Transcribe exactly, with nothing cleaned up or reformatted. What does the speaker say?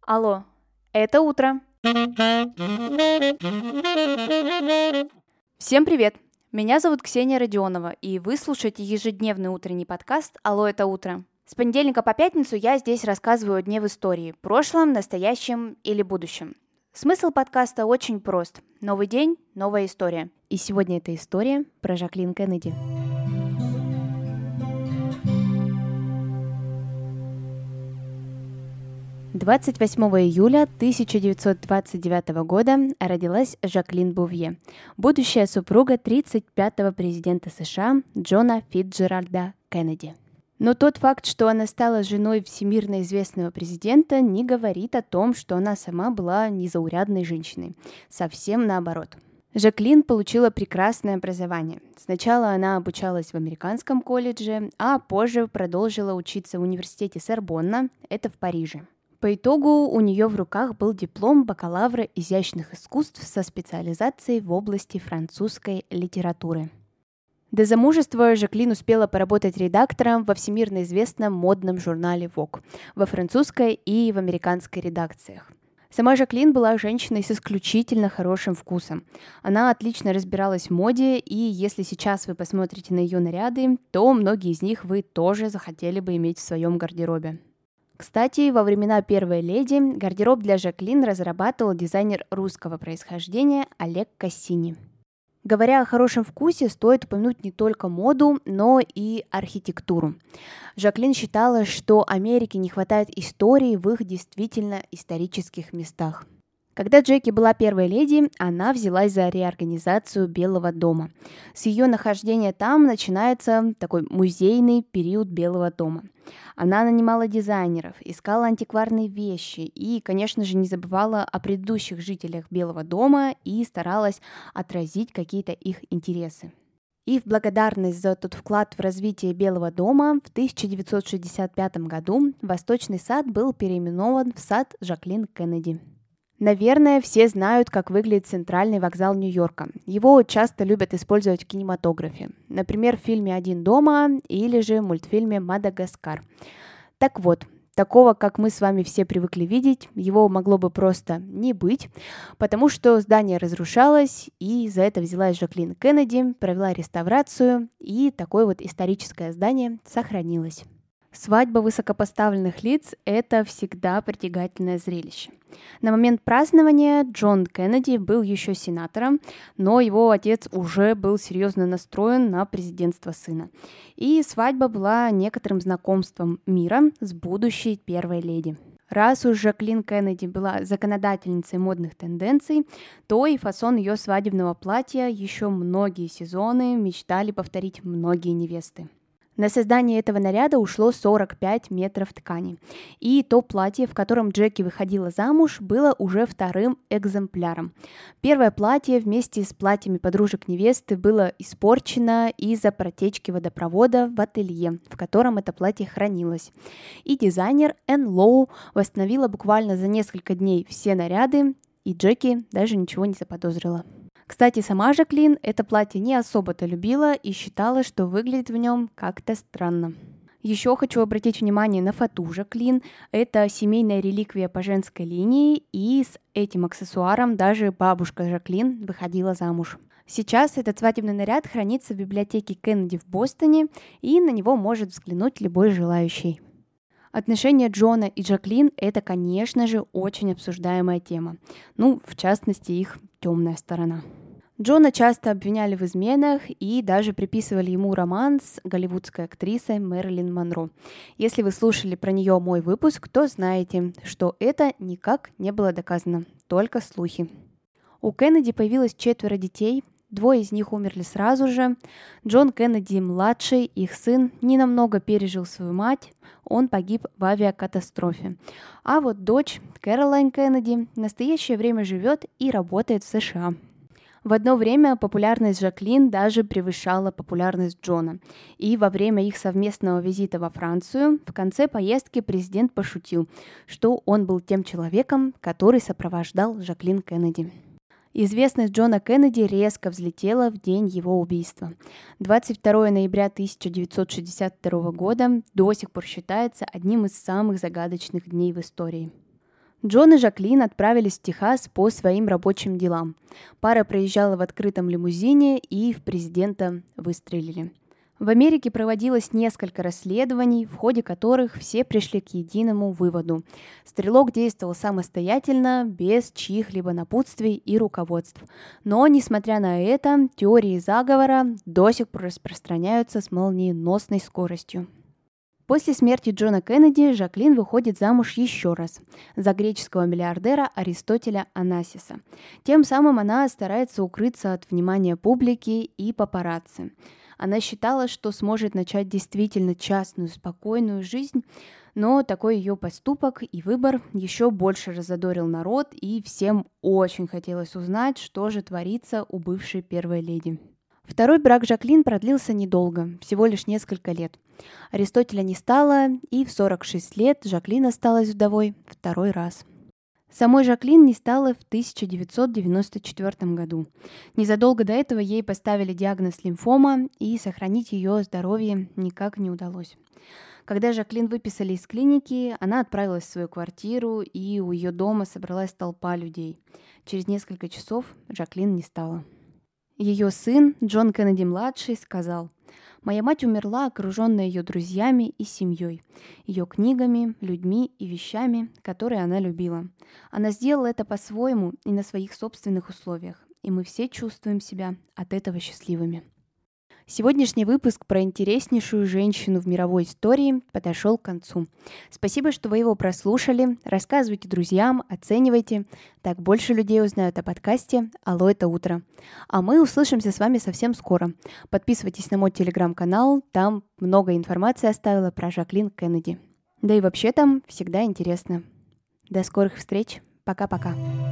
Алло, это утро. Всем привет! Меня зовут Ксения Родионова, и вы слушаете ежедневный утренний подкаст «Алло, это утро». С понедельника по пятницу я здесь рассказываю о дне в истории, прошлом, настоящем или будущем. Смысл подкаста очень прост. Новый день, новая история. И сегодня эта история про Жаклин Кеннеди. двадцать восьмого июля тысяча девятьсот двадцать девятого года родилась Жаклин Бувье, будущая супруга тридцать пятого президента США Джона Фицджеральда Кеннеди. Но тот факт, что она стала женой всемирно известного президента, не говорит о том, что она сама была незаурядной женщиной. Совсем наоборот. Жаклин получила прекрасное образование. Сначала она обучалась в американском колледже, а позже продолжила учиться в университете Сорбонна, это в Париже. По итогу у нее в руках был диплом бакалавра изящных искусств со специализацией в области французской литературы. До замужества Жаклин успела поработать редактором во всемирно известном модном журнале Vogue, во французской и в американской редакциях. Сама Жаклин была женщиной с исключительно хорошим вкусом. Она отлично разбиралась в моде, и если сейчас вы посмотрите на ее наряды, то многие из них вы тоже захотели бы иметь в своем гардеробе. Кстати, во времена первой леди гардероб для Жаклин разрабатывал дизайнер русского происхождения Олег Кассини. Говоря о хорошем вкусе, стоит упомянуть не только моду, но и архитектуру. Жаклин считала, что Америке не хватает истории в их действительно исторических местах. Когда Джеки была первой леди, она взялась за реорганизацию Белого дома. С ее нахождения там начинается такой музейный период Белого дома. Она нанимала дизайнеров, искала антикварные вещи и, конечно же, не забывала о предыдущих жителях Белого дома и старалась отразить какие-то их интересы. И в благодарность за тот вклад в развитие Белого дома в тысяча девятьсот шестьдесят пятом году Восточный сад был переименован в сад Жаклин Кеннеди. Наверное, все знают, как выглядит центральный вокзал Нью-Йорка. Его часто любят использовать в кинематографе. Например, в фильме «Один дома» или же в мультфильме «Мадагаскар». Так вот, такого, как мы с вами все привыкли видеть, его могло бы просто не быть, потому что здание разрушалось, и за это взялась Жаклин Кеннеди, провела реставрацию, и такое вот историческое здание сохранилось. Свадьба высокопоставленных лиц – это всегда притягательное зрелище. На момент празднования Джон Кеннеди был еще сенатором, но его отец уже был серьезно настроен на президентство сына. И свадьба была некоторым знакомством мира с будущей первой леди. Раз уж Жаклин Кеннеди была законодательницей модных тенденций, то и фасон ее свадебного платья еще многие сезоны мечтали повторить многие невесты. На создание этого наряда ушло сорок пять метров ткани, и то платье, в котором Джеки выходила замуж, было уже вторым экземпляром. Первое платье вместе с платьями подружек невесты было испорчено из-за протечки водопровода в ателье, в котором это платье хранилось. И дизайнер Энн Лоу восстановила буквально за несколько дней все наряды, и Джеки даже ничего не заподозрила. Кстати, сама Жаклин это платье не особо-то любила и считала, что выглядит в нем как-то странно. Еще хочу обратить внимание на фату Жаклин. Это семейная реликвия по женской линии, и с этим аксессуаром даже бабушка Жаклин выходила замуж. Сейчас этот свадебный наряд хранится в библиотеке Кеннеди в Бостоне, и на него может взглянуть любой желающий. Отношения Джона и Жаклин – это, конечно же, очень обсуждаемая тема. Ну, в частности, их темная сторона. Джона часто обвиняли в изменах и даже приписывали ему роман с голливудской актрисой Мэрилин Монро. Если вы слушали про нее мой выпуск, то знаете, что это никак не было доказано, только слухи. У Кеннеди появилось четверо детей, двое из них умерли сразу же. Джон Кеннеди-младший, их сын, ненамного пережил свою мать, он погиб в авиакатастрофе. А вот дочь Кэролайн Кеннеди в настоящее время живет и работает в США. В одно время популярность Жаклин даже превышала популярность Джона. И во время их совместного визита во Францию в конце поездки президент пошутил, что он был тем человеком, который сопровождал Жаклин Кеннеди. Известность Джона Кеннеди резко взлетела в день его убийства. двадцать второго ноября тысяча девятьсот шестьдесят второго года до сих пор считается одним из самых загадочных дней в истории. Джон и Жаклин отправились в Техас по своим рабочим делам. Пара проезжала в открытом лимузине и в президента выстрелили. В Америке проводилось несколько расследований, в ходе которых все пришли к единому выводу. Стрелок действовал самостоятельно, без чьих-либо напутствий и руководств. Но, несмотря на это, теории заговора до сих пор распространяются с молниеносной скоростью. После смерти Джона Кеннеди Жаклин выходит замуж еще раз за греческого миллиардера Аристотеля Онассиса. Тем самым она старается укрыться от внимания публики и папарацци. Она считала, что сможет начать действительно частную, спокойную жизнь, но такой ее поступок и выбор еще больше разодорил народ, и всем очень хотелось узнать, что же творится у бывшей первой леди. Второй брак Жаклин продлился недолго, всего лишь несколько лет. Аристотеля не стало, и в сорок шесть лет Жаклин осталась вдовой второй раз. Самой Жаклин не стало в тысяча девятьсот девяносто четвёртом году. Незадолго до этого ей поставили диагноз лимфома, и сохранить ее здоровье никак не удалось. Когда Жаклин выписали из клиники, она отправилась в свою квартиру, и у ее дома собралась толпа людей. Через несколько часов Жаклин не стало. Ее сын, Джон Кеннеди-младший, сказал: «Моя мать умерла, окруженная ее друзьями и семьей, ее книгами, людьми и вещами, которые она любила. Она сделала это по-своему и на своих собственных условиях, и мы все чувствуем себя от этого счастливыми». Сегодняшний выпуск про интереснейшую женщину в мировой истории подошел к концу. Спасибо, что вы его прослушали. Рассказывайте друзьям, оценивайте. Так больше людей узнают о подкасте «Алло, это утро». А мы услышимся с вами совсем скоро. Подписывайтесь на мой телеграм-канал, там много информации оставила про Жаклин Кеннеди. Да и вообще там всегда интересно. До скорых встреч. Пока-пока.